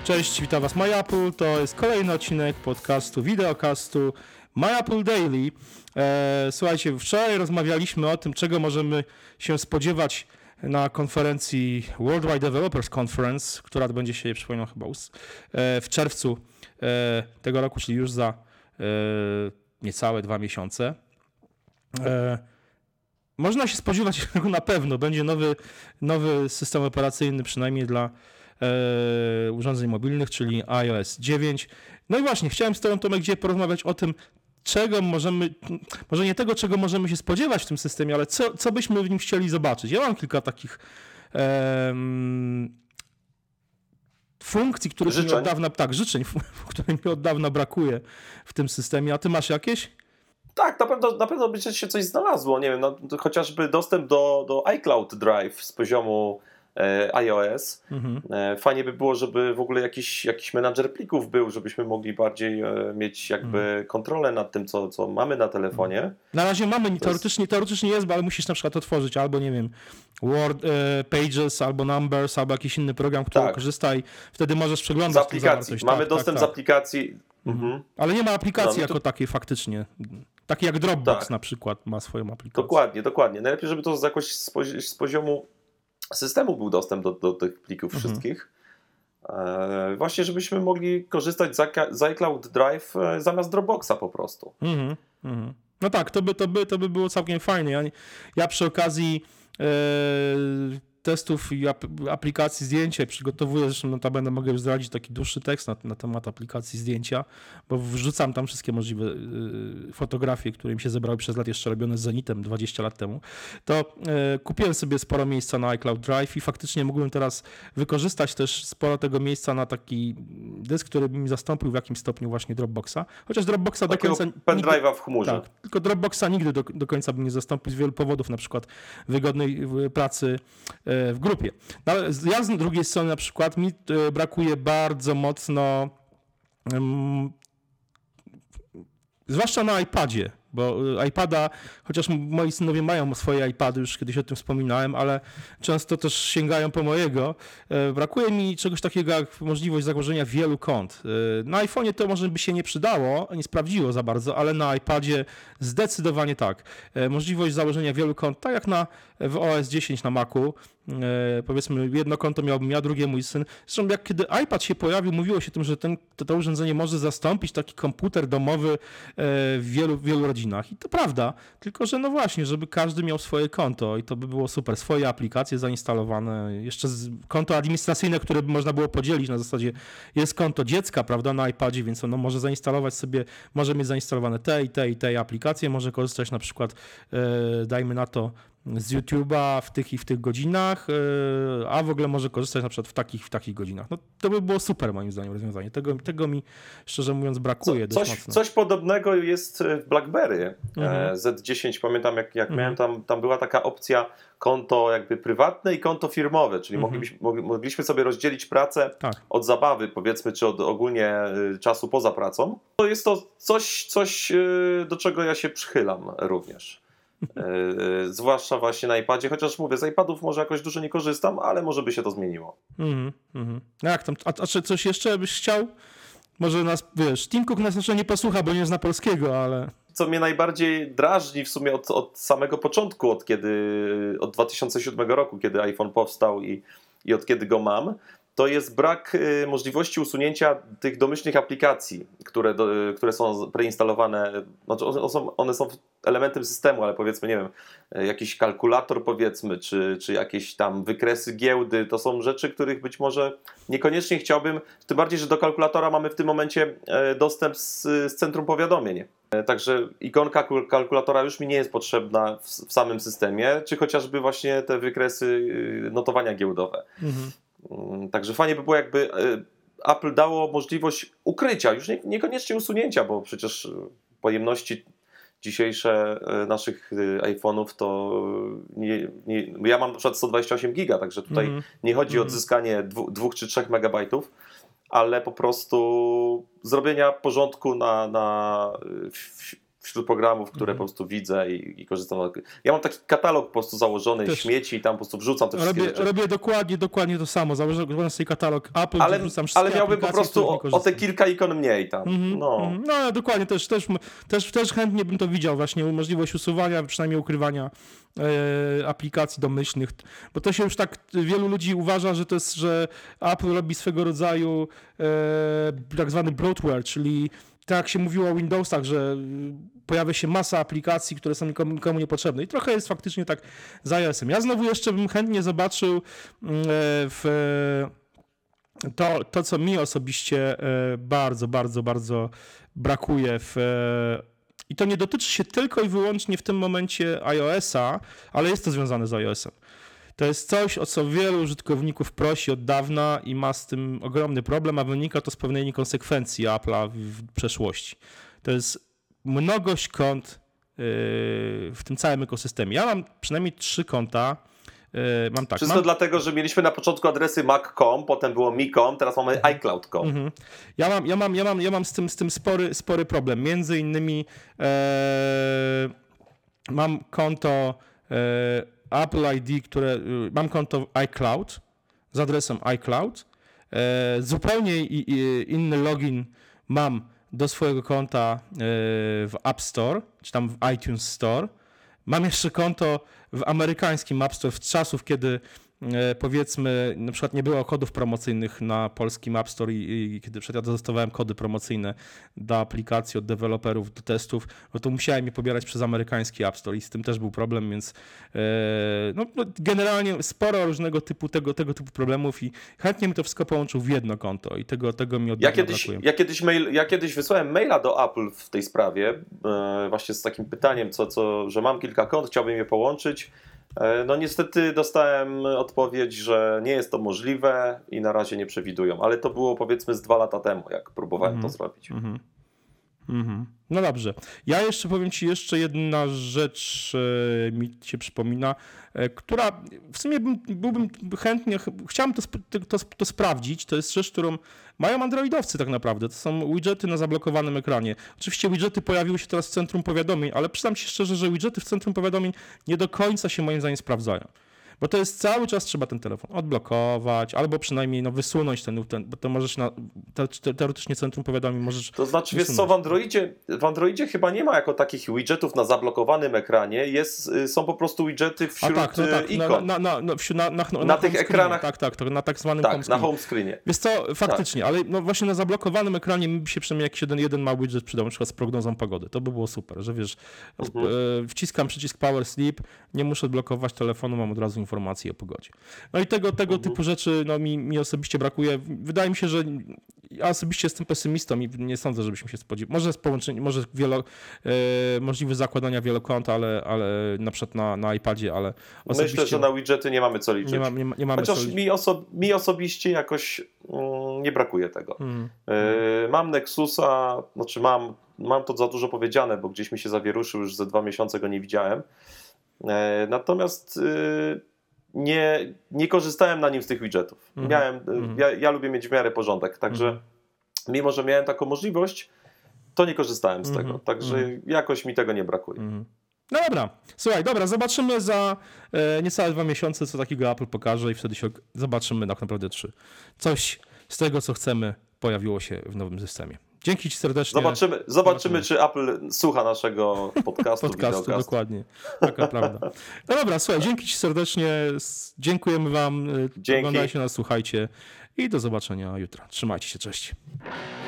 Cześć, witam Was MyApple. To jest kolejny odcinek podcastu, wideocastu MyApple Daily. Słuchajcie, wczoraj rozmawialiśmy o tym, czego możemy się spodziewać na konferencji Worldwide Developers Conference, która odbędzie się, przypominam, chyba w czerwcu tego roku, czyli już za niecałe 2 miesiące. Można się spodziewać, na pewno będzie nowy system operacyjny, przynajmniej dla urządzeń mobilnych, czyli iOS 9. No i właśnie, chciałem z Tobą, Tomek, dzisiaj porozmawiać o tym, czego możemy, może nie tego, czego możemy się spodziewać w tym systemie, ale co byśmy w nim chcieli zobaczyć. Ja mam kilka takich funkcji, których mi od dawna, życzeń, których mi od dawna brakuje w tym systemie. A Ty masz jakieś? Tak, na pewno by się coś znalazło. Nie wiem, no, chociażby dostęp do iCloud Drive z poziomu iOS. Fajnie by było, żeby w ogóle jakiś menadżer plików był, żebyśmy mogli bardziej mieć jakby kontrolę nad tym, co mamy na telefonie. Na razie mamy, teoretycznie jest, ale musisz na przykład otworzyć albo, nie wiem, Word, Pages, albo Numbers, albo jakiś inny program, który korzysta i wtedy możesz przeglądać z aplikacji. Mamy dostęp z aplikacji. Ale nie ma aplikacji jako takiej faktycznie. Taki jak Dropbox na przykład ma swoją aplikację. Dokładnie. Najlepiej, żeby to jakoś z poziomu systemu był dostęp do tych plików wszystkich. Właśnie, żebyśmy mogli korzystać z iCloud Drive zamiast Dropboxa po prostu. No tak, to by było całkiem fajne. Ja przy okazji testów i aplikacji zdjęcia przygotowuję, zresztą notabene mogę już zdradzić taki dłuższy tekst na temat aplikacji zdjęcia, bo wrzucam tam wszystkie możliwe fotografie, które mi się zebrały przez lat, jeszcze robione z Zenitem 20 lat temu. To kupiłem sobie sporo miejsca na iCloud Drive i faktycznie mógłbym teraz wykorzystać też sporo tego miejsca na taki dysk, który by mi zastąpił w jakimś stopniu właśnie Dropboxa. Chociaż Dropboxa do końca... Pendrive'a w chmurze. Tak, tylko Dropboxa nigdy do końca bym nie zastąpił z wielu powodów, na przykład wygodnej pracy w grupie. No, ale ja z drugiej strony na przykład mi brakuje bardzo mocno, zwłaszcza na iPadzie, bo iPada, chociaż moi synowie mają swoje iPady, już kiedyś o tym wspominałem, ale często też sięgają po mojego. Brakuje mi czegoś takiego jak możliwość założenia wielu kont. Na iPhone'ie to może by się nie przydało, nie sprawdziło za bardzo, ale na iPadzie zdecydowanie tak. Możliwość założenia wielu kont, tak jak w OS 10 na Macu. Powiedzmy, jedno konto miałbym ja, drugie mój syn. Zresztą jak kiedy iPad się pojawił, mówiło się o tym, że to urządzenie może zastąpić taki komputer domowy w wielu rodzinach. I to prawda, tylko że no właśnie, żeby każdy miał swoje konto i to by było super. Swoje aplikacje zainstalowane, jeszcze konto administracyjne, które by można było podzielić na zasadzie jest konto dziecka, prawda, na iPadzie, więc ono może zainstalować sobie, może mieć zainstalowane te aplikacje, może korzystać na przykład, dajmy na to, z YouTube'a w tych i w tych godzinach, a w ogóle może korzystać na przykład w takich godzinach. No to by było super moim zdaniem rozwiązanie. Tego mi szczerze mówiąc brakuje dość mocno. Coś podobnego jest w BlackBerry Z10. Pamiętam jak miałem tam była taka opcja konto jakby prywatne i konto firmowe, czyli mogliśmy sobie rozdzielić pracę od zabawy, powiedzmy, czy od ogólnie czasu poza pracą. To jest to coś do czego ja się przychylam również. Zwłaszcza właśnie na iPadzie, chociaż mówię, z iPadów może jakoś dużo nie korzystam, ale może by się to zmieniło. No jak tam, a czy coś jeszcze byś chciał? Może nas, Tim Cook nas jeszcze nie posłucha, bo nie zna polskiego, ale... Co mnie najbardziej drażni w sumie od samego początku, od 2007 roku, kiedy iPhone powstał i od kiedy go mam, to jest brak możliwości usunięcia tych domyślnych aplikacji, które są preinstalowane. Znaczy one są elementem systemu, ale powiedzmy, nie wiem, jakiś kalkulator powiedzmy, czy jakieś tam wykresy giełdy, to są rzeczy, których być może niekoniecznie chciałbym, tym bardziej, że do kalkulatora mamy w tym momencie dostęp z centrum powiadomień. Także ikonka kalkulatora już mi nie jest potrzebna w samym systemie, czy chociażby właśnie te wykresy notowania giełdowe. Także fajnie by było, jakby Apple dało możliwość ukrycia, już niekoniecznie usunięcia, bo przecież pojemności dzisiejsze naszych iPhone'ów to ja mam na przykład 128 giga, także tutaj nie chodzi o odzyskanie 2 czy 3 megabajtów, ale po prostu zrobienia porządku wśród programów, które po prostu widzę i korzystam. Ja mam taki katalog po prostu założony, Też. śmieci i tam po prostu wrzucam te wszystkie rzeczy. Robię dokładnie to samo. Założę sobie katalog Apple, gdzie wrzucam wszystkie Ale miałbym po aplikacje, prostu których nie o te korzystam. kilka ikon mniej tam. No dokładnie, też chętnie bym to widział, właśnie możliwość usuwania, przynajmniej ukrywania aplikacji domyślnych, bo to się już tak, wielu ludzi uważa, że Apple robi swego rodzaju tak zwany bloatware, czyli tak jak się mówiło o Windowsach, że pojawia się masa aplikacji, które są nikomu niepotrzebne i trochę jest faktycznie tak z iOS-em. Ja znowu jeszcze bym chętnie zobaczył to, co mi osobiście bardzo brakuje i to nie dotyczy się tylko i wyłącznie w tym momencie iOS-a, ale jest to związane z iOS-em. To jest coś, o co wielu użytkowników prosi od dawna i ma z tym ogromny problem, a wynika to z pewnej niekonsekwencji Apple'a w przeszłości. To jest mnogość kont w tym całym ekosystemie. Ja mam przynajmniej 3 konta. Mam tak. Wszystko dlatego, że mieliśmy na początku adresy mac.com, potem było mi.com, teraz mamy iCloud.com. Ja mam z tym spory problem. Między innymi mam konto Apple ID, mam konto iCloud z adresem iCloud. Zupełnie inny login mam do swojego konta w App Store, czy tam w iTunes Store. Mam jeszcze konto w amerykańskim App Store z czasów, kiedy powiedzmy na przykład nie było kodów promocyjnych na polskim App Store i kiedy ja dostawałem kody promocyjne do aplikacji od deweloperów, do testów, no to musiałem je pobierać przez amerykański App Store i z tym też był problem, więc generalnie sporo różnego typu tego typu problemów i chętnie mi to wszystko połączył w jedno konto i tego mi od dawna brakuje. Ja kiedyś wysłałem maila do Apple w tej sprawie, właśnie z takim pytaniem, że mam kilka kont, chciałbym je połączyć. No niestety dostałem odpowiedź, że nie jest to możliwe i na razie nie przewidują, ale to było powiedzmy z 2 lata temu, jak próbowałem to zrobić. No dobrze. Ja jeszcze powiem Ci, jeszcze jedna rzecz mi się przypomina, która w sumie byłbym chętnie, chciałem to sprawdzić. To jest rzecz, którą mają androidowcy tak naprawdę. To są widgety na zablokowanym ekranie. Oczywiście widgety pojawiły się teraz w centrum powiadomień, ale przyznam Ci szczerze, że widgety w centrum powiadomień nie do końca się moim zdaniem sprawdzają. Bo to jest cały czas trzeba ten telefon odblokować, albo przynajmniej wysunąć bo to możesz teoretycznie centrum powiadomień możesz. To znaczy, wiesz co, w Androidzie chyba nie ma jako takich widgetów na zablokowanym ekranie, są po prostu widgety wśród ikon. Na tych ekranach. Tak, na tak zwanym na home screenie. Wiesz co, faktycznie, ale właśnie na zablokowanym ekranie mi by się przynajmniej jakiś jeden mały widget przydał, na przykład z prognozą pogody. To by było super, że wiesz, wciskam przycisk Power Sleep, nie muszę odblokować telefonu, mam od razu informacje o pogodzie. No i tego typu rzeczy mi osobiście brakuje. Wydaje mi się, że ja osobiście jestem pesymistą i nie sądzę, żebyśmy się spodziewali. Może połączenie, może możliwość zakładania wielokont, ale na przykład na iPadzie, ale osobiście... Myślę, że na widgety nie mamy co liczyć. Nie mamy Chociaż co liczyć. mi osobiście jakoś nie brakuje tego. Mam Nexusa, znaczy mam to za dużo powiedziane, bo gdzieś mi się zawieruszył, już ze 2 miesiące go nie widziałem. Natomiast nie korzystałem na nim z tych widgetów. Ja lubię mieć w miarę porządek, także mimo, że miałem taką możliwość, to nie korzystałem z tego. Także jakoś mi tego nie brakuje. No dobra, słuchaj, zobaczymy za niecałe 2 miesiące, co takiego Apple pokaże i wtedy zobaczymy tak naprawdę, czy coś z tego, co chcemy, pojawiło się w nowym systemie. Dzięki Ci serdecznie. Zobaczymy, czy Apple słucha naszego podcastu. Dokładnie. Taka prawda. No dobra, słuchaj, dzięki Ci serdecznie. Dziękujemy Wam. Oglądajcie nas, słuchajcie i do zobaczenia jutro. Trzymajcie się, cześć.